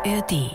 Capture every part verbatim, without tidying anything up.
R D.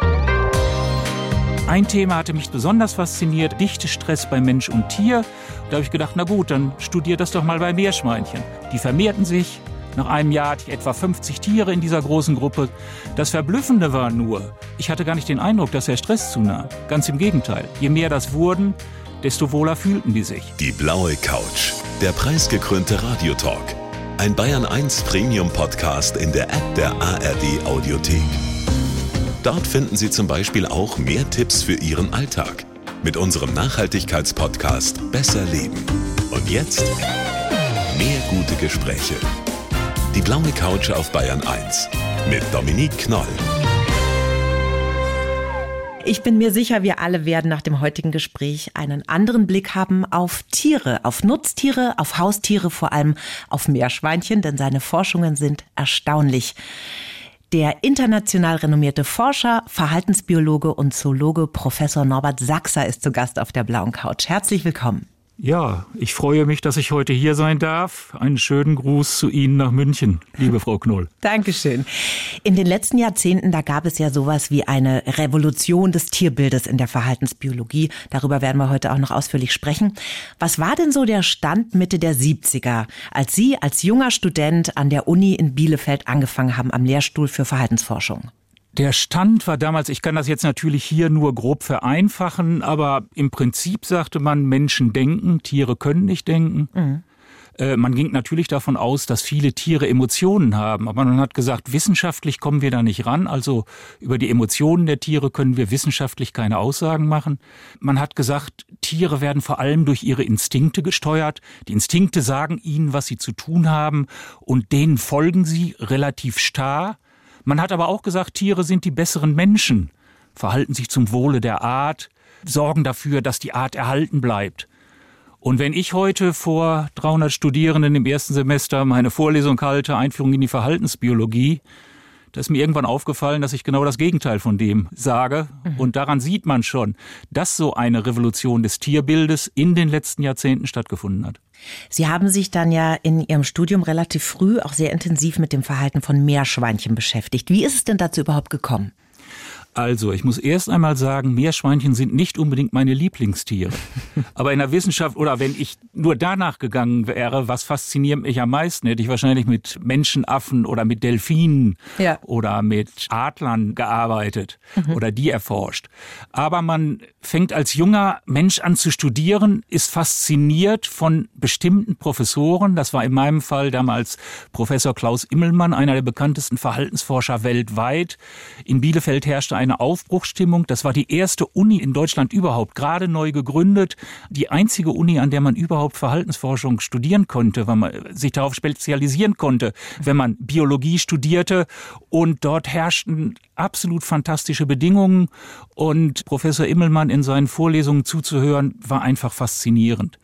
Ein Thema hatte mich besonders fasziniert, Dichtestress bei Mensch und Tier. Da habe ich gedacht, na gut, dann studiert das doch mal bei Meerschweinchen. Die vermehrten sich. Nach einem Jahr hatte ich etwa fünfzig Tiere in dieser großen Gruppe. Das Verblüffende war nur, ich hatte gar nicht den Eindruck, dass der Stress zunahm. Ganz im Gegenteil. Je mehr das wurden, desto wohler fühlten die sich. Die blaue Couch, der preisgekrönte Radiotalk. Ein Bayern eins Premium-Podcast in der App der A R D-Audiothek. Dort finden Sie zum Beispiel auch mehr Tipps für Ihren Alltag mit unserem Nachhaltigkeitspodcast Besser Leben. Und jetzt mehr gute Gespräche. Die blaue Couch auf Bayern eins mit Dominique Knoll. Ich bin mir sicher, wir alle werden nach dem heutigen Gespräch einen anderen Blick haben auf Tiere, auf Nutztiere, auf Haustiere, vor allem auf Meerschweinchen, denn seine Forschungen sind erstaunlich. Der international renommierte Forscher, Verhaltensbiologe und Zoologe Professor Norbert Sachser ist zu Gast auf der blauen Couch. Herzlich willkommen. Ja, ich freue mich, dass ich heute hier sein darf. Einen schönen Gruß zu Ihnen nach München, liebe Frau Knoll. Dankeschön. In den letzten Jahrzehnten, da gab es ja sowas wie eine Revolution des Tierbildes in der Verhaltensbiologie. Darüber werden wir heute auch noch ausführlich sprechen. Was war denn so der Stand Mitte der siebziger, als Sie als junger Student an der Uni in Bielefeld angefangen haben am Lehrstuhl für Verhaltensforschung? Der Stand war damals, ich kann das jetzt natürlich hier nur grob vereinfachen, aber im Prinzip sagte man, Menschen denken, Tiere können nicht denken. Mhm. Äh, man ging natürlich davon aus, dass viele Tiere Emotionen haben, aber man hat gesagt, wissenschaftlich kommen wir da nicht ran, also über die Emotionen der Tiere können wir wissenschaftlich keine Aussagen machen. Man hat gesagt, Tiere werden vor allem durch ihre Instinkte gesteuert. Die Instinkte sagen ihnen, was sie zu tun haben und denen folgen sie relativ starr. Man hat aber auch gesagt, Tiere sind die besseren Menschen, verhalten sich zum Wohle der Art, sorgen dafür, dass die Art erhalten bleibt. Und wenn ich heute vor dreihundert Studierenden im ersten Semester meine Vorlesung halte, Einführung in die Verhaltensbiologie, da ist mir irgendwann aufgefallen, dass ich genau das Gegenteil von dem sage. Mhm. Und daran sieht man schon, dass so eine Revolution des Tierbildes in den letzten Jahrzehnten stattgefunden hat. Sie haben sich dann ja in Ihrem Studium relativ früh auch sehr intensiv mit dem Verhalten von Meerschweinchen beschäftigt. Wie ist es denn dazu überhaupt gekommen? Also, ich muss erst einmal sagen, Meerschweinchen sind nicht unbedingt meine Lieblingstiere. Aber in der Wissenschaft, oder wenn ich nur danach gegangen wäre, was fasziniert mich am meisten, hätte ich wahrscheinlich mit Menschenaffen oder mit Delfinen ja. oder mit Adlern gearbeitet mhm. oder die erforscht. Aber man fängt als junger Mensch an zu studieren, ist fasziniert von bestimmten Professoren. Das war in meinem Fall damals Professor Klaus Immelmann, einer der bekanntesten Verhaltensforscher weltweit. In Bielefeld herrschte ein eine Aufbruchsstimmung. Das war die erste Uni in Deutschland überhaupt, gerade neu gegründet. Die einzige Uni, an der man überhaupt Verhaltensforschung studieren konnte, weil man sich darauf spezialisieren konnte, wenn man Biologie studierte. Und dort herrschten absolut fantastische Bedingungen. Und Professor Immelmann in seinen Vorlesungen zuzuhören, war einfach faszinierend.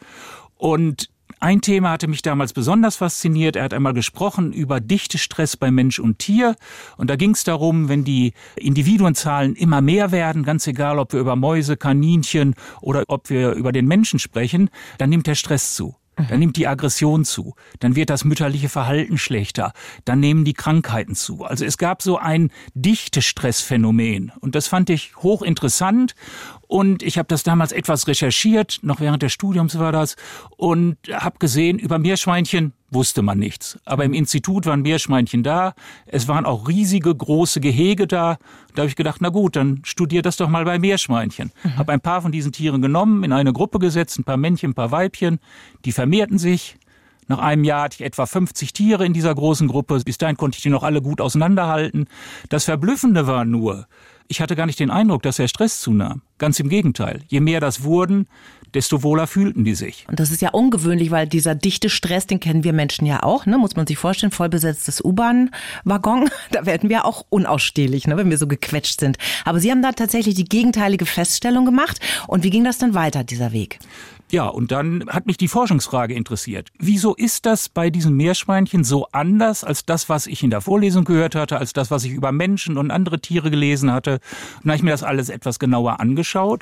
Und ein Thema hatte mich damals besonders fasziniert. Er hat einmal gesprochen über Dichtestress bei Mensch und Tier. Und da ging es darum, wenn die Individuenzahlen immer mehr werden, ganz egal, ob wir über Mäuse, Kaninchen oder ob wir über den Menschen sprechen, dann nimmt der Stress zu. Dann nimmt die Aggression zu, dann wird das mütterliche Verhalten schlechter, dann nehmen die Krankheiten zu. Also es gab so ein Dichtestressphänomen und das fand ich hochinteressant und ich habe das damals etwas recherchiert, noch während des Studiums war das, und habe gesehen, über Meerschweinchen wusste man nichts. Aber im Institut waren Meerschweinchen da, es waren auch riesige, große Gehege da. Da habe ich gedacht, na gut, dann studiert das doch mal bei Meerschweinchen. Mhm. Habe ein paar von diesen Tieren genommen, in eine Gruppe gesetzt, ein paar Männchen, ein paar Weibchen, die vermehrten sich. Nach einem Jahr hatte ich etwa fünfzig Tiere in dieser großen Gruppe. Bis dahin konnte ich die noch alle gut auseinanderhalten. Das Verblüffende war nur, ich hatte gar nicht den Eindruck, dass der Stress zunahm. Ganz im Gegenteil. Je mehr das wurden, desto wohler fühlten die sich. Und das ist ja ungewöhnlich, weil dieser dichte Stress, den kennen wir Menschen ja auch, ne? Muss man sich vorstellen, vollbesetztes U-Bahn-Waggon, da werden wir auch unausstehlich, ne? Wenn wir so gequetscht sind. Aber Sie haben da tatsächlich die gegenteilige Feststellung gemacht. Und wie ging das dann weiter, dieser Weg? Ja, und dann hat mich die Forschungsfrage interessiert. Wieso ist das bei diesen Meerschweinchen so anders als das, was ich in der Vorlesung gehört hatte, als das, was ich über Menschen und andere Tiere gelesen hatte? Und dann habe ich mir das alles etwas genauer angeschaut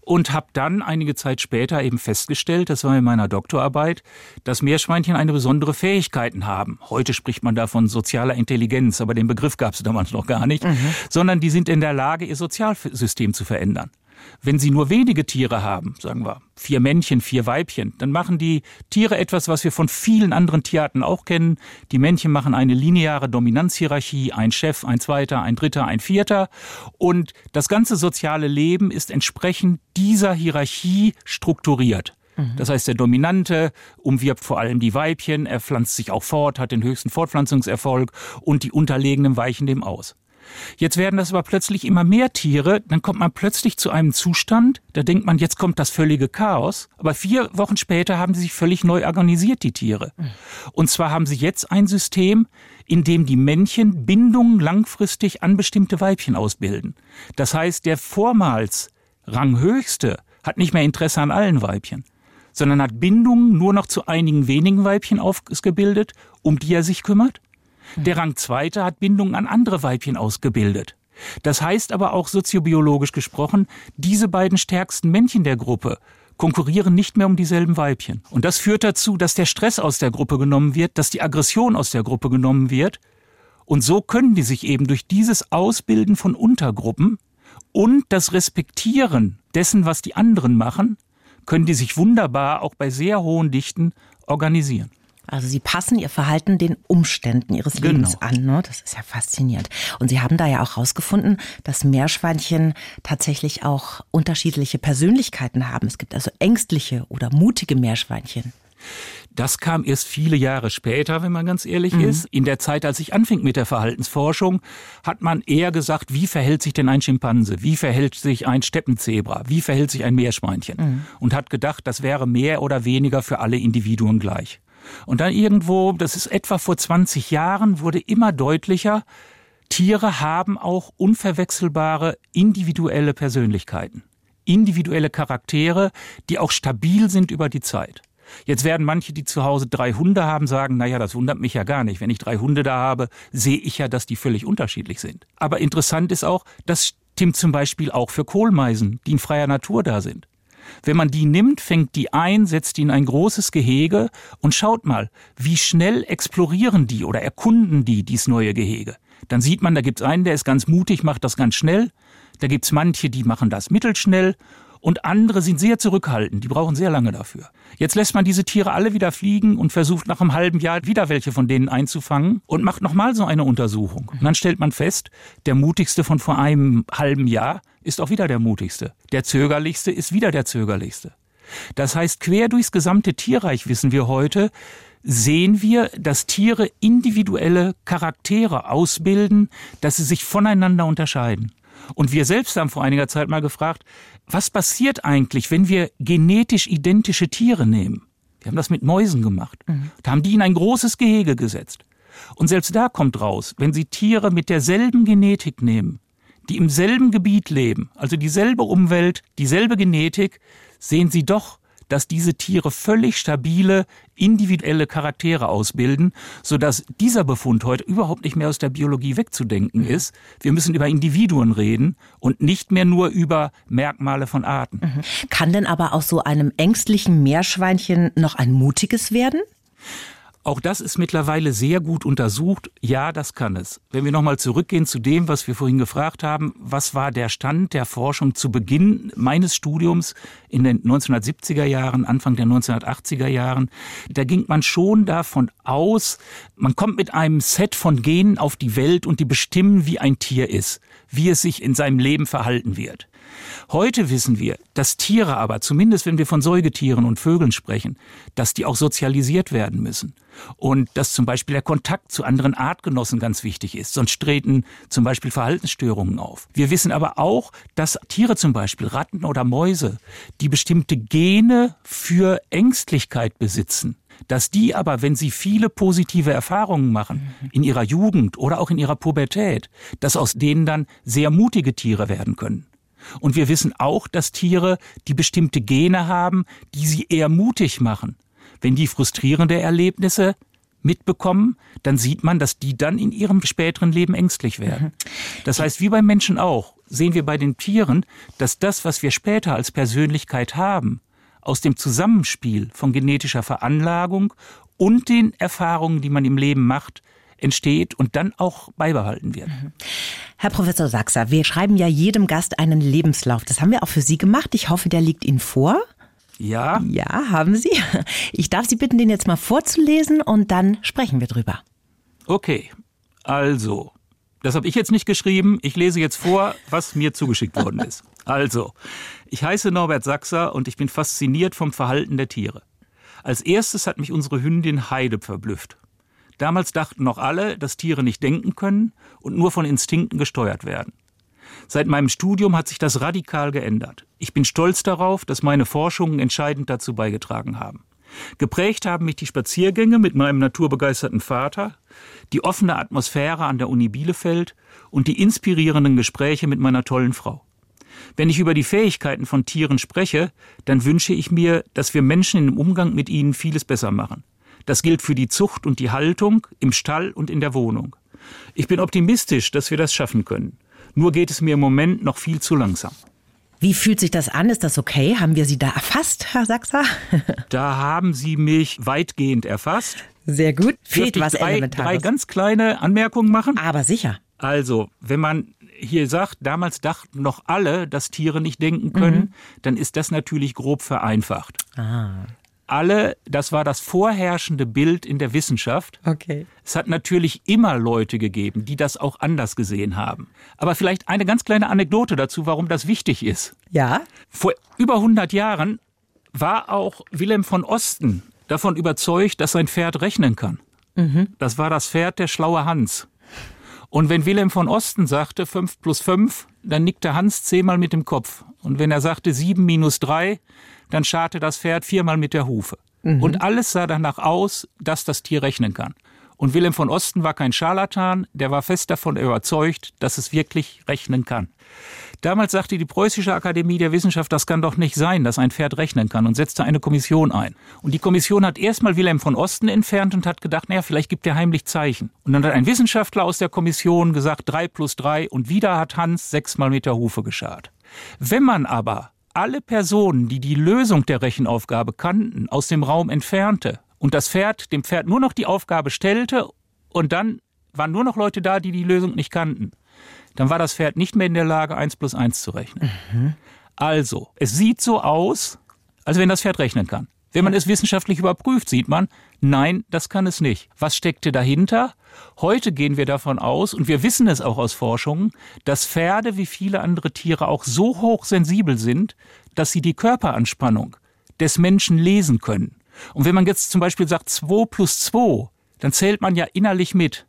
und habe dann einige Zeit später eben festgestellt, das war in meiner Doktorarbeit, dass Meerschweinchen eine besondere Fähigkeiten haben. Heute spricht man da von sozialer Intelligenz, aber den Begriff gab es damals noch gar nicht, mhm. sondern die sind in der Lage, ihr Sozialsystem zu verändern. Wenn sie nur wenige Tiere haben, sagen wir vier Männchen, vier Weibchen, dann machen die Tiere etwas, was wir von vielen anderen Tierarten auch kennen. Die Männchen machen eine lineare Dominanzhierarchie, ein Chef, ein Zweiter, ein Dritter, ein Vierter. Und das ganze soziale Leben ist entsprechend dieser Hierarchie strukturiert. Das heißt, der Dominante umwirbt vor allem die Weibchen, er pflanzt sich auch fort, hat den höchsten Fortpflanzungserfolg und die Unterlegenen weichen dem aus. Jetzt werden das aber plötzlich immer mehr Tiere, dann kommt man plötzlich zu einem Zustand, da denkt man, jetzt kommt das völlige Chaos, aber vier Wochen später haben sie sich völlig neu organisiert, die Tiere. Und zwar haben sie jetzt ein System, in dem die Männchen Bindungen langfristig an bestimmte Weibchen ausbilden. Das heißt, der vormals Ranghöchste hat nicht mehr Interesse an allen Weibchen, sondern hat Bindungen nur noch zu einigen wenigen Weibchen ausgebildet, um die er sich kümmert. Der Rangzweite hat Bindungen an andere Weibchen ausgebildet. Das heißt aber auch soziobiologisch gesprochen, diese beiden stärksten Männchen der Gruppe konkurrieren nicht mehr um dieselben Weibchen. Und das führt dazu, dass der Stress aus der Gruppe genommen wird, dass die Aggression aus der Gruppe genommen wird. Und so können die sich eben durch dieses Ausbilden von Untergruppen und das Respektieren dessen, was die anderen machen, können die sich wunderbar auch bei sehr hohen Dichten organisieren. Also Sie passen Ihr Verhalten den Umständen Ihres Lebens genau. an. Ne? Das ist ja faszinierend. Und Sie haben da ja auch rausgefunden, dass Meerschweinchen tatsächlich auch unterschiedliche Persönlichkeiten haben. Es gibt also ängstliche oder mutige Meerschweinchen. Das kam erst viele Jahre später, wenn man ganz ehrlich mhm. ist. In der Zeit, als ich anfing mit der Verhaltensforschung, hat man eher gesagt, wie verhält sich denn ein Schimpanse? Wie verhält sich ein Steppenzebra? Wie verhält sich ein Meerschweinchen? Mhm. Und hat gedacht, das wäre mehr oder weniger für alle Individuen gleich. Und dann irgendwo, das ist etwa vor zwanzig Jahren, wurde immer deutlicher, Tiere haben auch unverwechselbare individuelle Persönlichkeiten, individuelle Charaktere, die auch stabil sind über die Zeit. Jetzt werden manche, die zu Hause drei Hunde haben, sagen, naja, das wundert mich ja gar nicht. Wenn ich drei Hunde da habe, sehe ich ja, dass die völlig unterschiedlich sind. Aber interessant ist auch, das stimmt zum Beispiel auch für Kohlmeisen, die in freier Natur da sind. Wenn man die nimmt, fängt die ein, setzt die in ein großes Gehege und schaut mal, wie schnell explorieren die oder erkunden die dieses neue Gehege. Dann sieht man, da gibt's einen, der ist ganz mutig, macht das ganz schnell. Da gibt's manche, die machen das mittelschnell. Und andere sind sehr zurückhaltend, die brauchen sehr lange dafür. Jetzt lässt man diese Tiere alle wieder fliegen und versucht nach einem halben Jahr wieder welche von denen einzufangen und macht nochmal so eine Untersuchung. Und dann stellt man fest, der mutigste von vor einem halben Jahr ist auch wieder der mutigste. Der zögerlichste ist wieder der zögerlichste. Das heißt, quer durchs gesamte Tierreich wissen wir heute, sehen wir, dass Tiere individuelle Charaktere ausbilden, dass sie sich voneinander unterscheiden. Und wir selbst haben vor einiger Zeit mal gefragt, was passiert eigentlich, wenn wir genetisch identische Tiere nehmen? Wir haben das mit Mäusen gemacht. Mhm. Da haben die in ein großes Gehege gesetzt. Und selbst da kommt raus, wenn Sie Tiere mit derselben Genetik nehmen, die im selben Gebiet leben, also dieselbe Umwelt, dieselbe Genetik, sehen Sie doch, dass diese Tiere völlig stabile, individuelle Charaktere ausbilden, sodass dieser Befund heute überhaupt nicht mehr aus der Biologie wegzudenken ist. Wir müssen über Individuen reden und nicht mehr nur über Merkmale von Arten. Mhm. Kann denn aber aus so einem ängstlichen Meerschweinchen noch ein mutiges werden? Auch das ist mittlerweile sehr gut untersucht. Ja, das kann es. Wenn wir nochmal zurückgehen zu dem, was wir vorhin gefragt haben, was war der Stand der Forschung zu Beginn meines Studiums in den neunzehnhundertsiebziger Jahren, Anfang der neunzehnhundertachtziger Jahren, da ging man schon davon aus, man kommt mit einem Set von Genen auf die Welt und die bestimmen, wie ein Tier ist, wie es sich in seinem Leben verhalten wird. Heute wissen wir, dass Tiere aber, zumindest wenn wir von Säugetieren und Vögeln sprechen, dass die auch sozialisiert werden müssen. Und dass zum Beispiel der Kontakt zu anderen Artgenossen ganz wichtig ist. Sonst treten zum Beispiel Verhaltensstörungen auf. Wir wissen aber auch, dass Tiere zum Beispiel, Ratten oder Mäuse, die bestimmte Gene für Ängstlichkeit besitzen, dass die aber, wenn sie viele positive Erfahrungen machen, in ihrer Jugend oder auch in ihrer Pubertät, dass aus denen dann sehr mutige Tiere werden können. Und wir wissen auch, dass Tiere, die bestimmte Gene haben, die sie eher mutig machen. Wenn die frustrierende Erlebnisse mitbekommen, dann sieht man, dass die dann in ihrem späteren Leben ängstlich werden. Das heißt, wie beim Menschen auch. sehen wir bei den Tieren, dass das, was wir später als Persönlichkeit haben, aus dem Zusammenspiel von genetischer Veranlagung und den Erfahrungen, die man im Leben macht, entsteht und dann auch beibehalten wird. Herr Professor Sachser, wir schreiben ja jedem Gast einen Lebenslauf. Das haben wir auch für Sie gemacht. Ich hoffe, der liegt Ihnen vor. Ja. Ja, haben Sie. Ich darf Sie bitten, den jetzt mal vorzulesen und dann sprechen wir drüber. Okay, also, das habe ich jetzt nicht geschrieben. Ich lese jetzt vor, was mir zugeschickt worden ist. Also, ich heiße Norbert Sachser und ich bin fasziniert vom Verhalten der Tiere. Als erstes hat mich unsere Hündin Heide verblüfft. Damals dachten noch alle, dass Tiere nicht denken können und nur von Instinkten gesteuert werden. Seit meinem Studium hat sich das radikal geändert. Ich bin stolz darauf, dass meine Forschungen entscheidend dazu beigetragen haben. Geprägt haben mich die Spaziergänge mit meinem naturbegeisterten Vater, die offene Atmosphäre an der Uni Bielefeld und die inspirierenden Gespräche mit meiner tollen Frau. Wenn ich über die Fähigkeiten von Tieren spreche, dann wünsche ich mir, dass wir Menschen im Umgang mit ihnen vieles besser machen. Das gilt für die Zucht und die Haltung, im Stall und in der Wohnung. Ich bin optimistisch, dass wir das schaffen können. Nur geht es mir im Moment noch viel zu langsam. Wie fühlt sich das an? Ist das okay? Haben wir Sie da erfasst, Herr Sachser? Da haben Sie mich weitgehend erfasst. Sehr gut. Fehlt was drei, Elementares. drei ganz kleine Anmerkungen machen? Aber sicher. Also, wenn man hier sagt, damals dachten noch alle, dass Tiere nicht denken können, mhm. dann ist das natürlich grob vereinfacht. Ah. Alle, das war das vorherrschende Bild in der Wissenschaft. Okay. Es hat natürlich immer Leute gegeben, die das auch anders gesehen haben. Aber vielleicht eine ganz kleine Anekdote dazu, warum das wichtig ist. Ja? Vor über hundert Jahren war auch Wilhelm von Osten davon überzeugt, dass sein Pferd rechnen kann. Mhm. Das war das Pferd der schlaue Hans. Und wenn Wilhelm von Osten sagte fünf plus fünf, dann nickte Hans zehnmal mit dem Kopf. Und wenn er sagte sieben minus drei, dann scharrte das Pferd viermal mit der Hufe. Mhm. Und alles sah danach aus, dass das Tier rechnen kann. Und Wilhelm von Osten war kein Scharlatan, der war fest davon überzeugt, dass es wirklich rechnen kann. Damals sagte die Preußische Akademie der Wissenschaft, das kann doch nicht sein, dass ein Pferd rechnen kann, und setzte eine Kommission ein. Und die Kommission hat erstmal Wilhelm von Osten entfernt und hat gedacht, naja, vielleicht gibt er heimlich Zeichen. Und dann hat ein Wissenschaftler aus der Kommission gesagt, drei plus drei, und wieder hat Hans sechsmal mit der Hufe gescharrt. Wenn man aber alle Personen, die die Lösung der Rechenaufgabe kannten, aus dem Raum entfernte und das Pferd dem Pferd nur noch die Aufgabe stellte und dann waren nur noch Leute da, die die Lösung nicht kannten, dann war das Pferd nicht mehr in der Lage, eins plus eins zu rechnen. Mhm. Also, es sieht so aus, als wenn das Pferd rechnen kann. Wenn man es wissenschaftlich überprüft, sieht man, nein, das kann es nicht. Was steckte dahinter? Heute gehen wir davon aus, und wir wissen es auch aus Forschungen, dass Pferde wie viele andere Tiere auch so hochsensibel sind, dass sie die Körperanspannung des Menschen lesen können. Und wenn man jetzt zum Beispiel sagt zwei plus zwei, dann zählt man ja innerlich mit.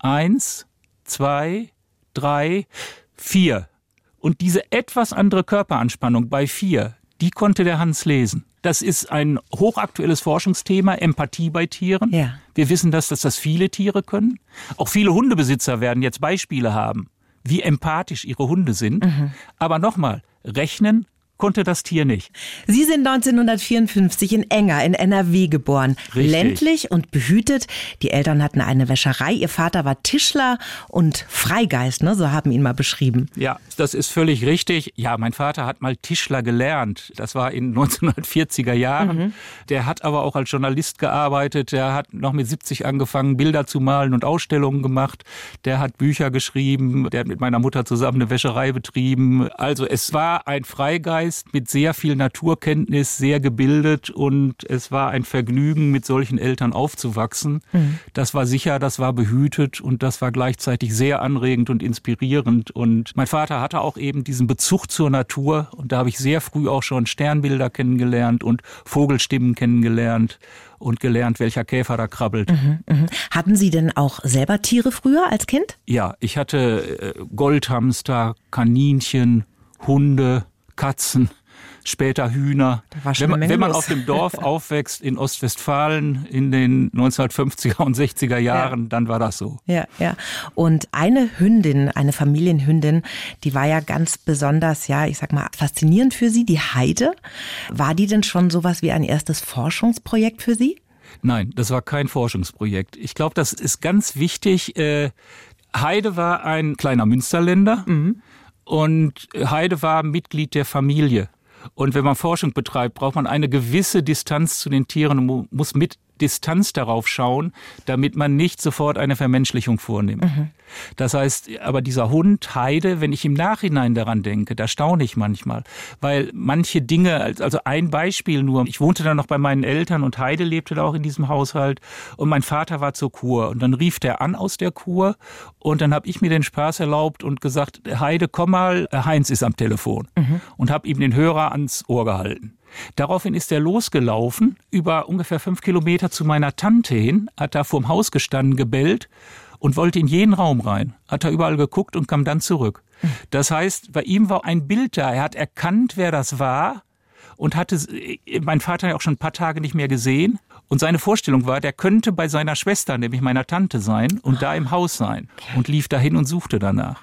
Eins, zwei, drei, vier. Und diese etwas andere Körperanspannung bei vier, die konnte der Hans lesen. Das ist ein hochaktuelles Forschungsthema, Empathie bei Tieren. Ja. Wir wissen, dass, dass das viele Tiere können. Auch viele Hundebesitzer werden jetzt Beispiele haben, wie empathisch ihre Hunde sind. Mhm. Aber nochmal, rechnen konnte das Tier nicht. Sie sind neunzehnhundertvierundfünfzig in Enger in N R W geboren. Richtig. Ländlich und behütet. Die Eltern hatten eine Wäscherei. Ihr Vater war Tischler und Freigeist, ne? So haben ihn mal beschrieben. Ja, das ist völlig richtig. Ja, mein Vater hat mal Tischler gelernt. Das war in neunzehnhundertvierziger Jahren. Mhm. Der hat aber auch als Journalist gearbeitet. Der hat noch mit siebzig angefangen, Bilder zu malen und Ausstellungen gemacht. Der hat Bücher geschrieben. Der hat mit meiner Mutter zusammen eine Wäscherei betrieben. Also es war ein Freigeist mit sehr viel Naturkenntnis, sehr gebildet, und es war ein Vergnügen, mit solchen Eltern aufzuwachsen. Mhm. Das war sicher, das war behütet, und das war gleichzeitig sehr anregend und inspirierend. Und mein Vater hatte auch eben diesen Bezug zur Natur, und da habe ich sehr früh auch schon Sternbilder kennengelernt und Vogelstimmen kennengelernt und gelernt, welcher Käfer da krabbelt. Mhm, mh. Hatten Sie denn auch selber Tiere früher als Kind? Ja, ich hatte Goldhamster, Kaninchen, Hunde, Katzen, später Hühner. Da war schon wenn man, eine Menge wenn man los. auf dem Dorf aufwächst in Ostwestfalen in den neunzehnhundertfünfziger und sechziger Jahren, ja. Dann war das so. Ja, ja. Und eine Hündin, eine Familienhündin, die war ja ganz besonders, ja, ich sag mal, faszinierend für Sie, die Heide. War die denn schon sowas wie ein erstes Forschungsprojekt für Sie? Nein, das war kein Forschungsprojekt. Ich glaube, das ist ganz wichtig. Heide war ein kleiner Münsterländer. Mhm. Und Heide war Mitglied der Familie. Und wenn man Forschung betreibt, braucht man eine gewisse Distanz zu den Tieren und muss mit Distanz darauf schauen, damit man nicht sofort eine Vermenschlichung vornimmt. Mhm. Das heißt, aber dieser Hund Heide, wenn ich im Nachhinein daran denke, da staune ich manchmal, weil manche Dinge, also ein Beispiel nur, ich wohnte da noch bei meinen Eltern und Heide lebte da auch in diesem Haushalt und mein Vater war zur Kur und dann rief der an aus der Kur und dann habe ich mir den Spaß erlaubt und gesagt, Heide, komm mal, Heinz ist am Telefon mhm. und habe ihm den Hörer ans Ohr gehalten. Daraufhin ist er losgelaufen, über ungefähr fünf Kilometer zu meiner Tante hin, hat da vorm Haus gestanden, gebellt und wollte in jeden Raum rein. Hat da überall geguckt und kam dann zurück. Das heißt, bei ihm war ein Bild da. Er hat erkannt, wer das war und hatte meinen Vater ja auch schon ein paar Tage nicht mehr gesehen. Und seine Vorstellung war, der könnte bei seiner Schwester, nämlich meiner Tante sein und da im Haus sein und lief dahin und suchte danach.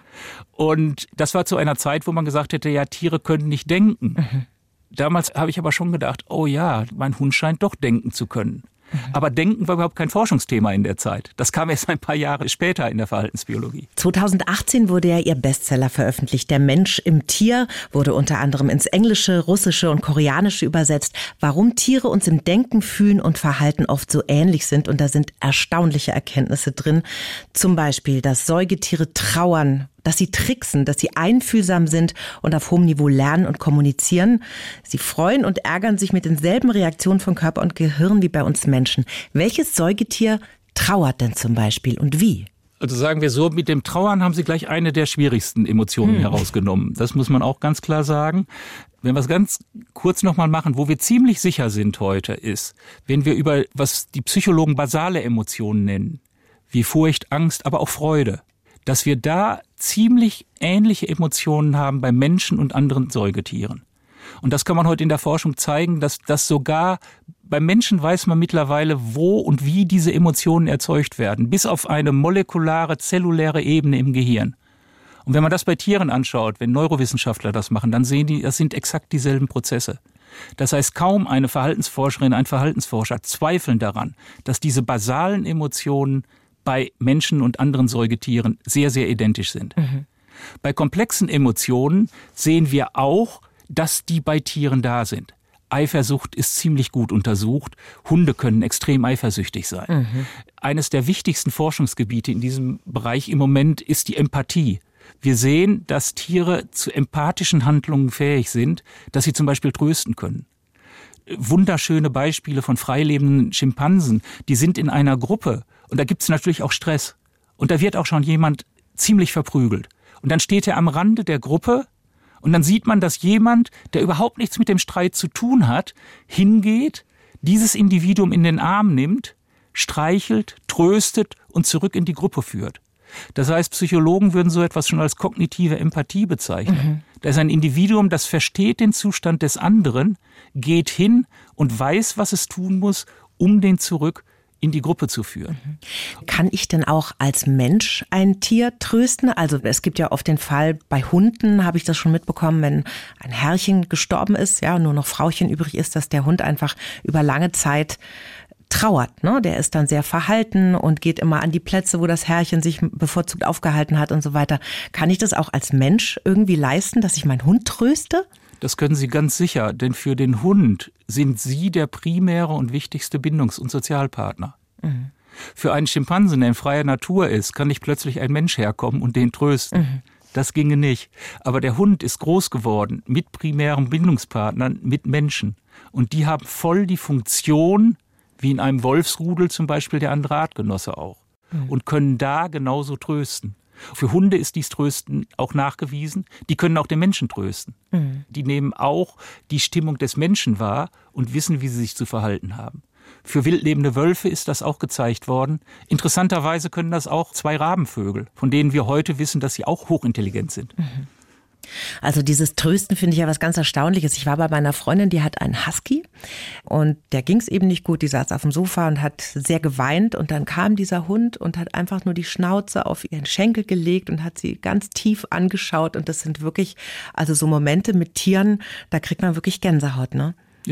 Und das war zu einer Zeit, wo man gesagt hätte, ja, Tiere können nicht denken. Mhm. Damals habe ich aber schon gedacht, oh ja, mein Hund scheint doch denken zu können. Mhm. Aber Denken war überhaupt kein Forschungsthema in der Zeit. Das kam erst ein paar Jahre später in der Verhaltensbiologie. zweitausendachtzehn wurde ja Ihr Bestseller veröffentlicht. Der Mensch im Tier wurde unter anderem ins Englische, Russische und Koreanische übersetzt. Warum Tiere uns im Denken, Fühlen und Verhalten oft so ähnlich sind. Und da sind erstaunliche Erkenntnisse drin. Zum Beispiel, dass Säugetiere trauern, dass sie tricksen, dass sie einfühlsam sind und auf hohem Niveau lernen und kommunizieren. Sie freuen und ärgern sich mit denselben Reaktionen von Körper und Gehirn wie bei uns Menschen. Welches Säugetier trauert denn zum Beispiel und wie? Also sagen wir so, mit dem Trauern haben Sie gleich eine der schwierigsten Emotionen hm. herausgenommen. Das muss man auch ganz klar sagen. Wenn wir es ganz kurz nochmal machen, wo wir ziemlich sicher sind heute, ist, wenn wir über, was die Psychologen basale Emotionen nennen, wie Furcht, Angst, aber auch Freude, dass wir da ziemlich ähnliche Emotionen haben bei Menschen und anderen Säugetieren. Und das kann man heute in der Forschung zeigen, dass das sogar beim Menschen weiß man mittlerweile, wo und wie diese Emotionen erzeugt werden, bis auf eine molekulare, zelluläre Ebene im Gehirn. Und wenn man das bei Tieren anschaut, wenn Neurowissenschaftler das machen, dann sehen die, das sind exakt dieselben Prozesse. Das heißt, kaum eine Verhaltensforscherin, ein Verhaltensforscher zweifeln daran, dass diese basalen Emotionen bei Menschen und anderen Säugetieren sehr, sehr identisch sind. Mhm. Bei komplexen Emotionen sehen wir auch, dass die bei Tieren da sind. Eifersucht ist ziemlich gut untersucht. Hunde können extrem eifersüchtig sein. Mhm. Eines der wichtigsten Forschungsgebiete in diesem Bereich im Moment ist die Empathie. Wir sehen, dass Tiere zu empathischen Handlungen fähig sind, dass sie zum Beispiel trösten können. Wunderschöne Beispiele von freilebenden Schimpansen, die sind in einer Gruppe. Und da gibt es natürlich auch Stress. Und da wird auch schon jemand ziemlich verprügelt. Und dann steht er am Rande der Gruppe und dann sieht man, dass jemand, der überhaupt nichts mit dem Streit zu tun hat, hingeht, dieses Individuum in den Arm nimmt, streichelt, tröstet und zurück in die Gruppe führt. Das heißt, Psychologen würden so etwas schon als kognitive Empathie bezeichnen. Mhm. Da ist ein Individuum, das versteht den Zustand des anderen, geht hin und weiß, was es tun muss, um den zurück in die Gruppe zu führen. Kann ich denn auch als Mensch ein Tier trösten? Also es gibt ja oft den Fall, bei Hunden habe ich das schon mitbekommen, wenn ein Herrchen gestorben ist, ja, und nur noch Frauchen übrig ist, dass der Hund einfach über lange Zeit trauert, ne? Der ist dann sehr verhalten und geht immer an die Plätze, wo das Herrchen sich bevorzugt aufgehalten hat und so weiter. Kann ich das auch als Mensch irgendwie leisten, dass ich meinen Hund tröste? Das können Sie ganz sicher, denn für den Hund sind Sie der primäre und wichtigste Bindungs- und Sozialpartner. Mhm. Für einen Schimpansen, der in freier Natur ist, kann nicht plötzlich ein Mensch herkommen und den trösten. Mhm. Das ginge nicht. Aber der Hund ist groß geworden mit primären Bindungspartnern, mit Menschen. Und die haben voll die Funktion, wie in einem Wolfsrudel zum Beispiel der andere Artgenosse auch. Mhm. Und können da genauso trösten. Für Hunde ist dies Trösten auch nachgewiesen. Die können auch den Menschen trösten. Mhm. Die nehmen auch die Stimmung des Menschen wahr und wissen, wie sie sich zu verhalten haben. Für wildlebende Wölfe ist das auch gezeigt worden. Interessanterweise können das auch zwei Rabenvögel, von denen wir heute wissen, dass sie auch hochintelligent sind. Mhm. Also dieses Trösten finde ich ja was ganz Erstaunliches. Ich war bei meiner Freundin, die hat einen Husky und der ging es eben nicht gut. Die saß auf dem Sofa und hat sehr geweint und dann kam dieser Hund und hat einfach nur die Schnauze auf ihren Schenkel gelegt und hat sie ganz tief angeschaut. Und das sind wirklich, also so Momente mit Tieren, da kriegt man wirklich Gänsehaut, ne? Ja,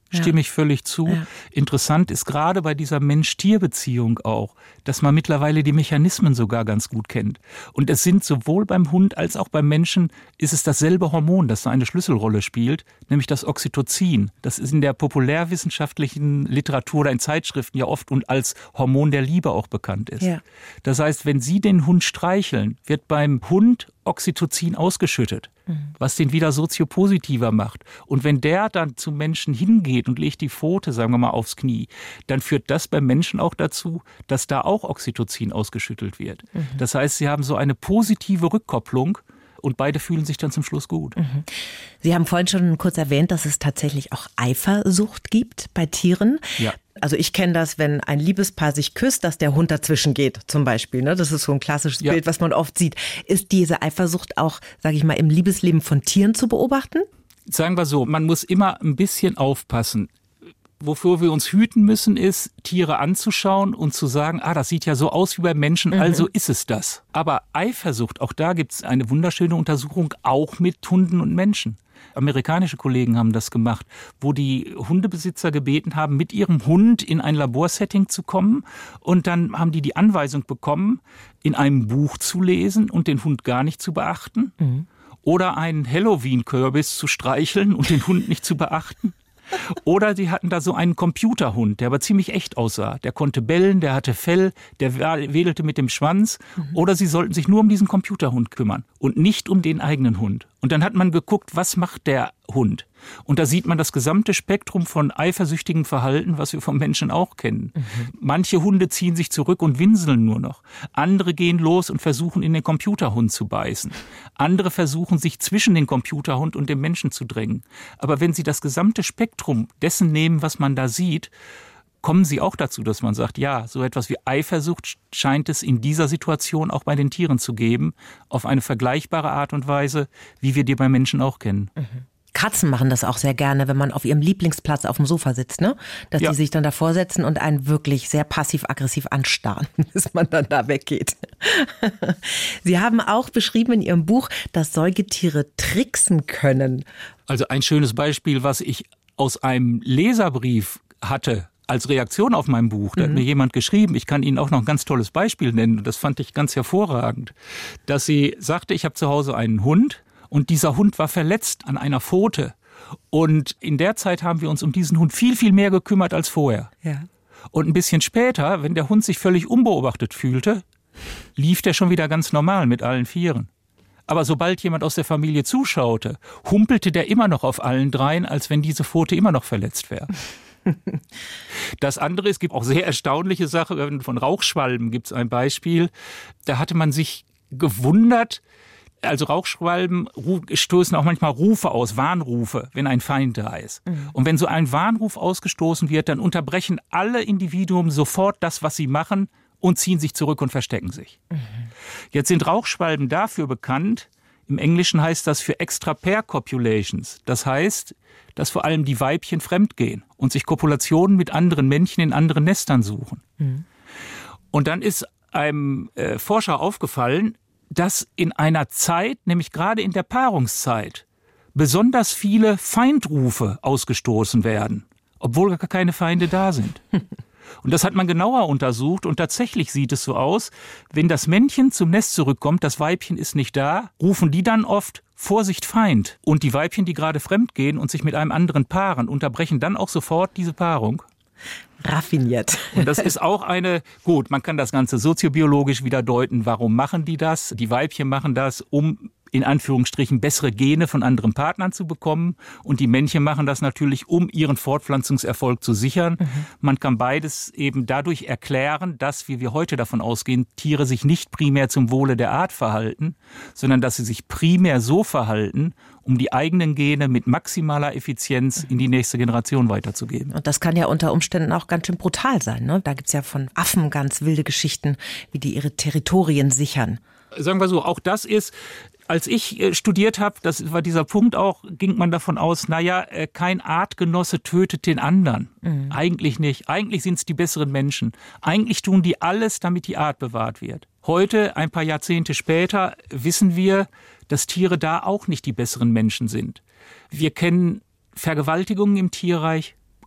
Stimme ich völlig zu. Ja. Interessant ist gerade bei dieser Mensch-Tier-Beziehung auch, dass man mittlerweile die Mechanismen sogar ganz gut kennt. Und es sind sowohl beim Hund als auch beim Menschen ist es dasselbe Hormon, das da eine Schlüsselrolle spielt, nämlich das Oxytocin. Das ist in der populärwissenschaftlichen Literatur oder in Zeitschriften ja oft und als Hormon der Liebe auch bekannt ist. Ja. Das heißt, wenn Sie den Hund streicheln, wird beim Hund Oxytocin ausgeschüttet, mhm. was den wieder soziopositiver macht. Und wenn der dann zum Menschen hingeht und legt die Pfote, sagen wir mal, aufs Knie, dann führt das beim Menschen auch dazu, dass da auch Oxytocin ausgeschüttelt wird. Mhm. Das heißt, Sie haben so eine positive Rückkopplung und beide fühlen sich dann zum Schluss gut. Mhm. Sie haben vorhin schon kurz erwähnt, dass es tatsächlich auch Eifersucht gibt bei Tieren. Ja. Also ich kenne das, wenn ein Liebespaar sich küsst, dass der Hund dazwischen geht zum Beispiel. Ne? Das ist so ein klassisches ja. Bild, was man oft sieht. Ist diese Eifersucht auch, sage ich mal, im Liebesleben von Tieren zu beobachten? Sagen wir so, man muss immer ein bisschen aufpassen. Wofür wir uns hüten müssen, ist, Tiere anzuschauen und zu sagen, ah, das sieht ja so aus wie bei Menschen, mhm. also ist es das. Aber Eifersucht, auch da gibt es eine wunderschöne Untersuchung, auch mit Hunden und Menschen. Amerikanische Kollegen haben das gemacht, wo die Hundebesitzer gebeten haben, mit ihrem Hund in ein Laborsetting zu kommen. Und dann haben die die Anweisung bekommen, in einem Buch zu lesen und den Hund gar nicht zu beachten. Mhm. Oder einen Halloween-Kürbis zu streicheln und den Hund nicht zu beachten. Oder sie hatten da so einen Computerhund, der aber ziemlich echt aussah. Der konnte bellen, der hatte Fell, der wedelte mit dem Schwanz. Mhm. Oder sie sollten sich nur um diesen Computerhund kümmern und nicht um den eigenen Hund. Und dann hat man geguckt, was macht der Hund? Und da sieht man das gesamte Spektrum von eifersüchtigem Verhalten, was wir vom Menschen auch kennen. Mhm. Manche Hunde ziehen sich zurück und winseln nur noch. Andere gehen los und versuchen, in den Computerhund zu beißen. Andere versuchen, sich zwischen den Computerhund und dem Menschen zu drängen. Aber wenn Sie das gesamte Spektrum dessen nehmen, was man da sieht, kommen Sie auch dazu, dass man sagt, ja, so etwas wie Eifersucht scheint es in dieser Situation auch bei den Tieren zu geben, auf eine vergleichbare Art und Weise, wie wir die bei Menschen auch kennen. Mhm. Katzen machen das auch sehr gerne, wenn man auf ihrem Lieblingsplatz auf dem Sofa sitzt, ne? Dass ja. die sich dann davor setzen und einen wirklich sehr passiv-aggressiv anstarren, bis man dann da weggeht. Sie haben auch beschrieben in Ihrem Buch, dass Säugetiere tricksen können. Also ein schönes Beispiel, was ich aus einem Leserbrief hatte, als Reaktion auf mein Buch, da hat mhm. mir jemand geschrieben, ich kann Ihnen auch noch ein ganz tolles Beispiel nennen, und das fand ich ganz hervorragend, dass sie sagte, ich habe zu Hause einen Hund, und dieser Hund war verletzt an einer Pfote. Und in der Zeit haben wir uns um diesen Hund viel, viel mehr gekümmert als vorher. Ja. Und ein bisschen später, wenn der Hund sich völlig unbeobachtet fühlte, lief der schon wieder ganz normal mit allen Vieren. Aber sobald jemand aus der Familie zuschaute, humpelte der immer noch auf allen dreien, als wenn diese Pfote immer noch verletzt wäre. Das andere, es gibt auch sehr erstaunliche Sachen. Von Rauchschwalben gibt es ein Beispiel. Da hatte man sich gewundert, also Rauchschwalben stoßen auch manchmal Rufe aus, Warnrufe, wenn ein Feind da ist. Mhm. Und wenn so ein Warnruf ausgestoßen wird, dann unterbrechen alle Individuen sofort das, was sie machen, und ziehen sich zurück und verstecken sich. Mhm. Jetzt sind Rauchschwalben dafür bekannt, im Englischen heißt das für Extra-Pair Copulations. Das heißt, dass vor allem die Weibchen fremdgehen und sich Kopulationen mit anderen Männchen in anderen Nestern suchen. Mhm. Und dann ist einem äh, Forscher aufgefallen, dass in einer Zeit, nämlich gerade in der Paarungszeit, besonders viele Feindrufe ausgestoßen werden, obwohl gar keine Feinde da sind. Und das hat man genauer untersucht und tatsächlich sieht es so aus, wenn das Männchen zum Nest zurückkommt, das Weibchen ist nicht da, rufen die dann oft Vorsicht Feind. Und die Weibchen, die gerade fremd gehen und sich mit einem anderen paaren, unterbrechen dann auch sofort diese Paarung. Raffiniert. Und das ist auch eine, gut, man kann das Ganze soziobiologisch wieder deuten, warum machen die das? Die Weibchen machen das, um in Anführungsstrichen bessere Gene von anderen Partnern zu bekommen, und die Männchen machen das natürlich, um ihren Fortpflanzungserfolg zu sichern. Mhm. Man kann beides eben dadurch erklären, dass, wie wir heute davon ausgehen, Tiere sich nicht primär zum Wohle der Art verhalten, sondern dass sie sich primär so verhalten, um die eigenen Gene mit maximaler Effizienz in die nächste Generation weiterzugeben. Und das kann ja unter Umständen auch ganz schön brutal sein, ne? Da gibt's ja von Affen ganz wilde Geschichten, wie die ihre Territorien sichern. Sagen wir so, auch das ist, als ich studiert habe, das war dieser Punkt auch, ging man davon aus, naja, kein Artgenosse tötet den anderen. Mhm. Eigentlich nicht. Eigentlich sind es die besseren Menschen. Eigentlich tun die alles, damit die Art bewahrt wird. Heute, ein paar Jahrzehnte später, wissen wir, dass Tiere da auch nicht die besseren Menschen sind. Wir kennen Vergewaltigungen im Tierreich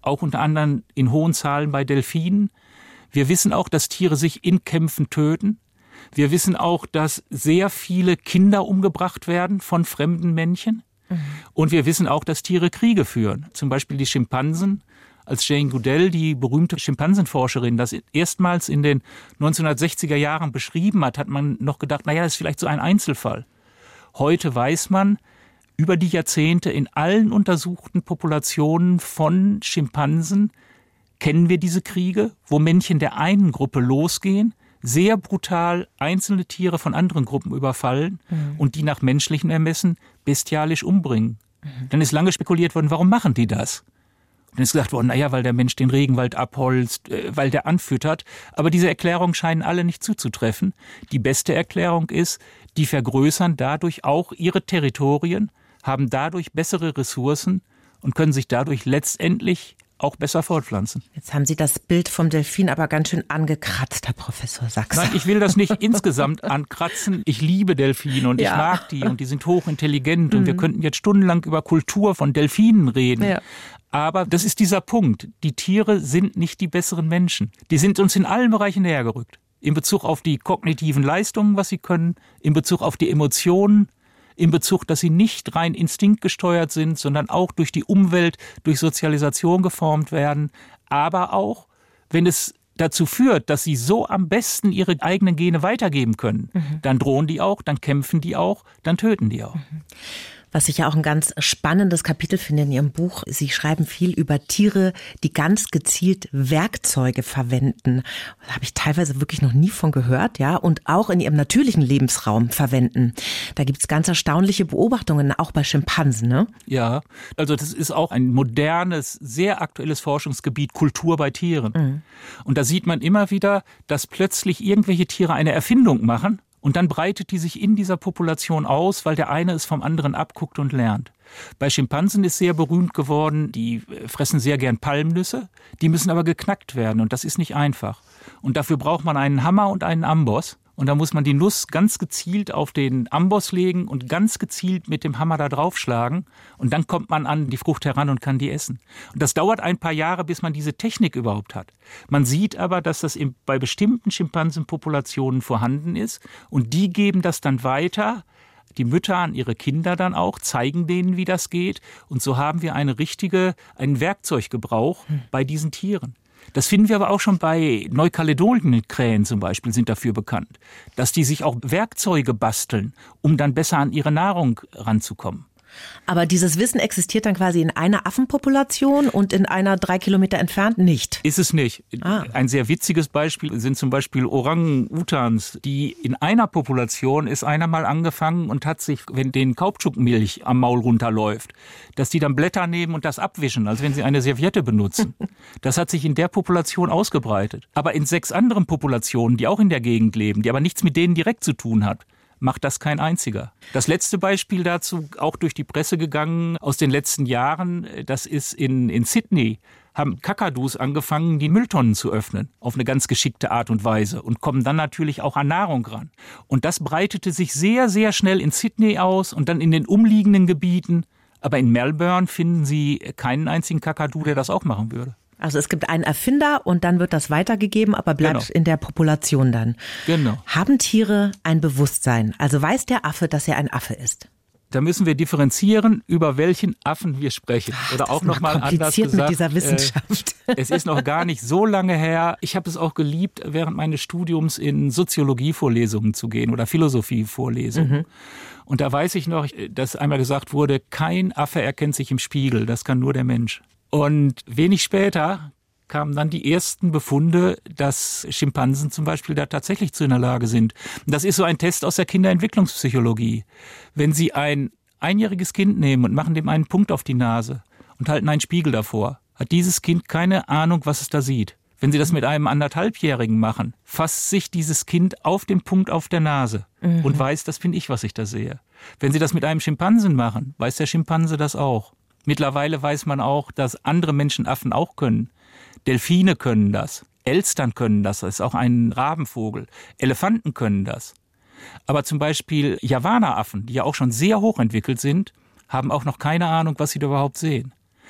auch unter anderem in hohen Zahlen bei Delfinen. Wir wissen auch, dass Tiere sich in Kämpfen töten. Wir wissen auch, dass sehr viele Kinder umgebracht werden von fremden Männchen. Mhm. Und wir wissen auch, dass Tiere Kriege führen. Zum Beispiel die Schimpansen. Als Jane Goodall, die berühmte Schimpansenforscherin, das erstmals in den neunzehnhundertsechziger Jahren beschrieben hat, hat man noch gedacht, naja, das ist vielleicht so ein Einzelfall. Heute weiß man, über die Jahrzehnte in allen untersuchten Populationen von Schimpansen kennen wir diese Kriege, wo Männchen der einen Gruppe losgehen, sehr brutal einzelne Tiere von anderen Gruppen überfallen mhm. und die nach menschlichem Ermessen bestialisch umbringen. Mhm. Dann ist lange spekuliert worden, warum machen die das? Und dann ist gesagt worden, naja, weil der Mensch den Regenwald abholzt, weil der anfüttert. Aber diese Erklärungen scheinen alle nicht zuzutreffen. Die beste Erklärung ist, die vergrößern dadurch auch ihre Territorien, haben dadurch bessere Ressourcen und können sich dadurch letztendlich auch besser fortpflanzen. Jetzt haben Sie das Bild vom Delfin aber ganz schön angekratzt, Herr Professor Sachs. Nein, ich will das nicht insgesamt ankratzen. Ich liebe Delfine und ja. ich mag die und die sind hochintelligent. Mhm. Und wir könnten jetzt stundenlang über Kultur von Delfinen reden. Ja. Aber das ist dieser Punkt. Die Tiere sind nicht die besseren Menschen. Die sind uns in allen Bereichen näher gerückt. In Bezug auf die kognitiven Leistungen, was sie können, in Bezug auf die Emotionen, in Bezug, dass sie nicht rein instinktgesteuert sind, sondern auch durch die Umwelt, durch Sozialisation geformt werden. Aber auch, wenn es dazu führt, dass sie so am besten ihre eigenen Gene weitergeben können, mhm. dann drohen die auch, dann kämpfen die auch, dann töten die auch. Mhm. Was ich ja auch ein ganz spannendes Kapitel finde in Ihrem Buch. Sie schreiben viel über Tiere, die ganz gezielt Werkzeuge verwenden. Da habe ich teilweise wirklich noch nie von gehört, ja, und auch in ihrem natürlichen Lebensraum verwenden. Da gibt es ganz erstaunliche Beobachtungen, auch bei Schimpansen, ne? Ja, also das ist auch ein modernes, sehr aktuelles Forschungsgebiet, Kultur bei Tieren. Mhm. Und da sieht man immer wieder, dass plötzlich irgendwelche Tiere eine Erfindung machen. Und dann breitet die sich in dieser Population aus, weil der eine es vom anderen abguckt und lernt. Bei Schimpansen ist sehr berühmt geworden, die fressen sehr gern Palmnüsse, die müssen aber geknackt werden und das ist nicht einfach. Und dafür braucht man einen Hammer und einen Amboss. Und da muss man die Nuss ganz gezielt auf den Amboss legen und ganz gezielt mit dem Hammer da draufschlagen. Und dann kommt man an die Frucht heran und kann die essen. Und das dauert ein paar Jahre, bis man diese Technik überhaupt hat. Man sieht aber, dass das bei bestimmten Schimpansenpopulationen vorhanden ist. Und die geben das dann weiter, die Mütter an ihre Kinder dann auch, zeigen denen, wie das geht. Und so haben wir eine richtige, einen Werkzeuggebrauch hm. bei diesen Tieren. Das finden wir aber auch schon bei Neukaledonien-Krähen zum Beispiel, sind dafür bekannt, dass die sich auch Werkzeuge basteln, um dann besser an ihre Nahrung ranzukommen. Aber dieses Wissen existiert dann quasi in einer Affenpopulation und in einer drei Kilometer entfernt nicht? Ist es nicht. Ah. Ein sehr witziges Beispiel sind zum Beispiel Orang-Utans, die in einer Population ist einer mal angefangen und hat sich, wenn den Kautschukmilch am Maul runterläuft, dass die dann Blätter nehmen und das abwischen, als wenn sie eine Serviette benutzen. Das hat sich in der Population ausgebreitet. Aber in sechs anderen Populationen, die auch in der Gegend leben, die aber nichts mit denen direkt zu tun hat, macht das kein einziger. Das letzte Beispiel dazu, auch durch die Presse gegangen aus den letzten Jahren, das ist in, in Sydney, haben Kakadus angefangen, die Mülltonnen zu öffnen, auf eine ganz geschickte Art und Weise und kommen dann natürlich auch an Nahrung ran. Und das breitete sich sehr, sehr schnell in Sydney aus und dann in den umliegenden Gebieten. Aber in Melbourne finden Sie keinen einzigen Kakadu, der das auch machen würde. Also es gibt einen Erfinder und dann wird das weitergegeben, aber bleibt genau in der Population dann. Genau. Haben Tiere ein Bewusstsein? Also weiß der Affe, dass er ein Affe ist? Da müssen wir differenzieren, über welchen Affen wir sprechen. Ach, Oder auch noch mal anders gesagt, mit dieser Wissenschaft. Äh, es ist noch gar nicht so lange her. Ich habe es auch geliebt, während meines Studiums in Soziologievorlesungen zu gehen oder Philosophievorlesungen. Mhm. Und da weiß ich noch, dass einmal gesagt wurde, kein Affe erkennt sich im Spiegel, das kann nur der Mensch. Und wenig später kamen dann die ersten Befunde, dass Schimpansen zum Beispiel da tatsächlich zu in der Lage sind. Und das ist so ein Test aus der Kinderentwicklungspsychologie. Wenn Sie ein einjähriges Kind nehmen und machen dem einen Punkt auf die Nase und halten einen Spiegel davor, hat dieses Kind keine Ahnung, was es da sieht. Wenn Sie das mit einem anderthalbjährigen machen, fasst sich dieses Kind auf den Punkt auf der Nase mhm. und weiß, das bin ich, was ich da sehe. Wenn Sie das mit einem Schimpansen machen, weiß der Schimpanse das auch. Mittlerweile weiß man auch, dass andere Menschenaffen auch können. Delfine können das, Elstern können das, das ist auch ein Rabenvogel. Elefanten können das. Aber zum Beispiel Javanaaffen, die ja auch schon sehr hochentwickelt sind, haben auch noch keine Ahnung, was sie da überhaupt sehen.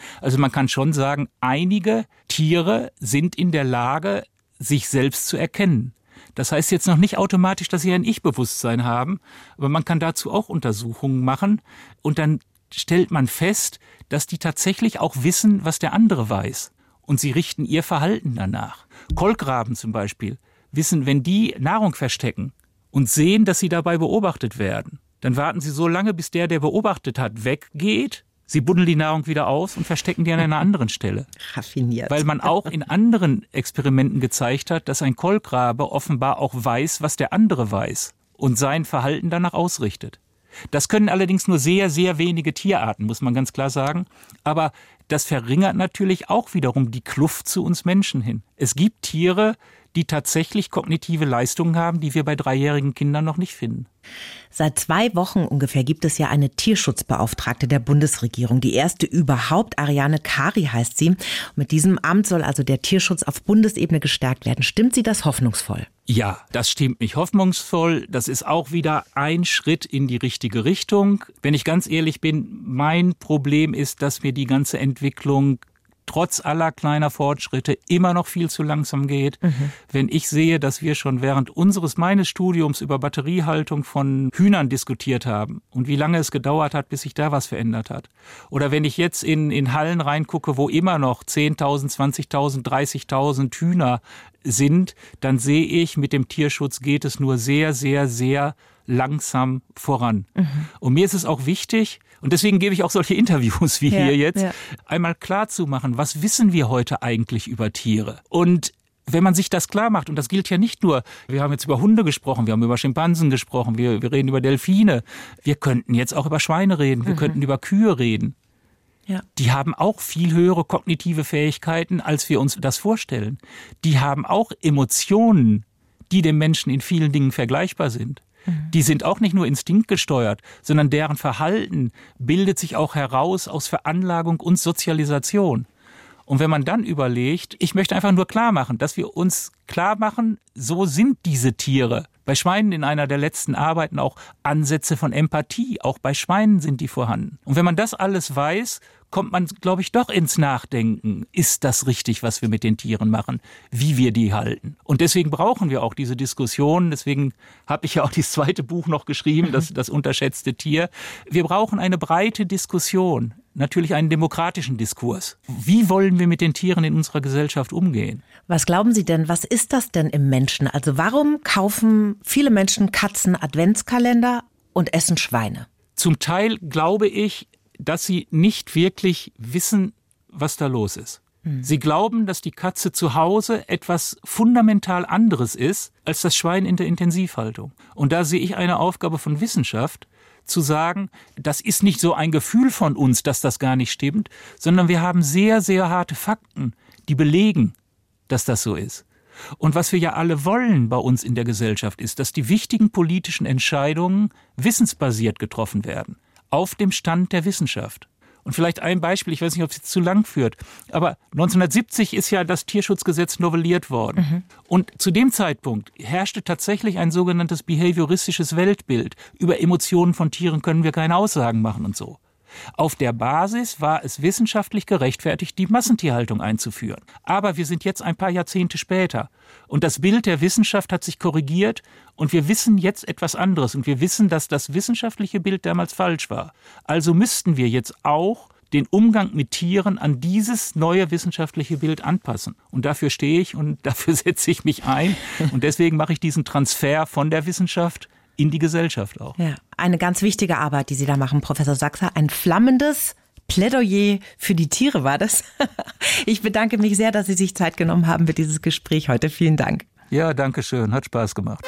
Also man kann schon sagen, einige Tiere sind in der Lage, sich selbst zu erkennen. Das heißt jetzt noch nicht automatisch, dass sie ein Ich-Bewusstsein haben, aber man kann dazu auch Untersuchungen machen und dann stellt man fest, dass die tatsächlich auch wissen, was der andere weiß. Und sie richten ihr Verhalten danach. Kolkraben zum Beispiel wissen, wenn die Nahrung verstecken und sehen, dass sie dabei beobachtet werden, dann warten sie so lange, bis der, der beobachtet hat, weggeht. Sie buddeln die Nahrung wieder aus und verstecken die an einer anderen Stelle. Raffiniert. Weil man auch in anderen Experimenten gezeigt hat, dass ein Kolkrabe offenbar auch weiß, was der andere weiß und sein Verhalten danach ausrichtet. Das können allerdings nur sehr, sehr wenige Tierarten, muss man ganz klar sagen. Aber das verringert natürlich auch wiederum die Kluft zu uns Menschen hin. Es gibt Tiere, die tatsächlich kognitive Leistungen haben, die wir bei dreijährigen Kindern noch nicht finden. Seit zwei Wochen ungefähr gibt es ja eine Tierschutzbeauftragte der Bundesregierung. Die erste überhaupt, Ariane Kari heißt sie. Mit diesem Amt soll also der Tierschutz auf Bundesebene gestärkt werden. Stimmt Sie das hoffnungsvoll? Ja, das stimmt mich hoffnungsvoll. Das ist auch wieder ein Schritt in die richtige Richtung. Wenn ich ganz ehrlich bin, mein Problem ist, dass mir die ganze Entwicklung trotz aller kleiner Fortschritte immer noch viel zu langsam geht. Mhm. Wenn ich sehe, dass wir schon während unseres, meines Studiums über Batteriehaltung von Hühnern diskutiert haben und wie lange es gedauert hat, bis sich da was verändert hat. Oder wenn ich jetzt in, in Hallen reingucke, wo immer noch zehntausend, zwanzigtausend, dreißigtausend Hühner sind, dann sehe ich, mit dem Tierschutz geht es nur sehr, sehr, sehr langsam voran. Mhm. Und mir ist es auch wichtig, und deswegen gebe ich auch solche Interviews wie ja, hier jetzt, ja. einmal klar zu machen, was wissen wir heute eigentlich über Tiere? Und wenn man sich das klar macht, und das gilt ja nicht nur, wir haben jetzt über Hunde gesprochen, wir haben über Schimpansen gesprochen, wir, wir reden über Delfine, wir könnten jetzt auch über Schweine reden, wir mhm. könnten über Kühe reden. Ja. Die haben auch viel höhere kognitive Fähigkeiten, als wir uns das vorstellen. Die haben auch Emotionen, die dem Menschen in vielen Dingen vergleichbar sind. Die sind auch nicht nur instinktgesteuert, sondern deren Verhalten bildet sich auch heraus aus Veranlagung und Sozialisation. Und wenn man dann überlegt, ich möchte einfach nur klar machen, dass wir uns klar machen, so sind diese Tiere. Bei Schweinen in einer der letzten Arbeiten auch Ansätze von Empathie, auch bei Schweinen sind die vorhanden. Und wenn man das alles weiß, kommt man, glaube ich, doch ins Nachdenken. Ist das richtig, was wir mit den Tieren machen? Wie wir die halten? Und deswegen brauchen wir auch diese Diskussion. Deswegen habe ich ja auch das zweite Buch noch geschrieben, das, das unterschätzte Tier. Wir brauchen eine breite Diskussion. Natürlich einen demokratischen Diskurs. Wie wollen wir mit den Tieren in unserer Gesellschaft umgehen? Was glauben Sie denn, was ist das denn im Menschen? Also warum kaufen viele Menschen Katzen Adventskalender und essen Schweine? Zum Teil glaube ich, dass sie nicht wirklich wissen, was da los ist. Hm. Sie glauben, dass die Katze zu Hause etwas fundamental anderes ist als das Schwein in der Intensivhaltung. Und da sehe ich eine Aufgabe von Wissenschaft, zu sagen, das ist nicht so ein Gefühl von uns, dass das gar nicht stimmt, sondern wir haben sehr, sehr harte Fakten, die belegen, dass das so ist. Und was wir ja alle wollen bei uns in der Gesellschaft ist, dass die wichtigen politischen Entscheidungen wissensbasiert getroffen werden, auf dem Stand der Wissenschaft. Und vielleicht ein Beispiel, ich weiß nicht, ob es jetzt zu lang führt, aber neunzehnhundertsiebzig ist ja das Tierschutzgesetz novelliert worden. Mhm. Und zu dem Zeitpunkt herrschte tatsächlich ein sogenanntes behavioristisches Weltbild. Über Emotionen von Tieren können wir keine Aussagen machen und so. Auf der Basis war es wissenschaftlich gerechtfertigt, die Massentierhaltung einzuführen. Aber wir sind jetzt ein paar Jahrzehnte später. Und das Bild der Wissenschaft hat sich korrigiert und wir wissen jetzt etwas anderes. Und wir wissen, dass das wissenschaftliche Bild damals falsch war. Also müssten wir jetzt auch den Umgang mit Tieren an dieses neue wissenschaftliche Bild anpassen. Und dafür stehe ich und dafür setze ich mich ein. Und deswegen mache ich diesen Transfer von der Wissenschaft in die Gesellschaft auch. Ja, eine ganz wichtige Arbeit, die Sie da machen, Professor Sachser. Ein flammendes Plädoyer für die Tiere war das. Ich bedanke mich sehr, dass Sie sich Zeit genommen haben für dieses Gespräch heute. Vielen Dank. Ja, danke schön. Hat Spaß gemacht.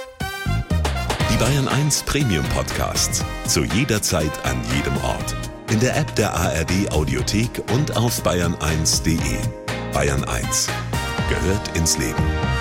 Die Bayern eins Premium Podcasts. Zu jeder Zeit, an jedem Ort. In der App der A R D Audiothek und auf bayern eins punkt de. Bayern eins gehört ins Leben.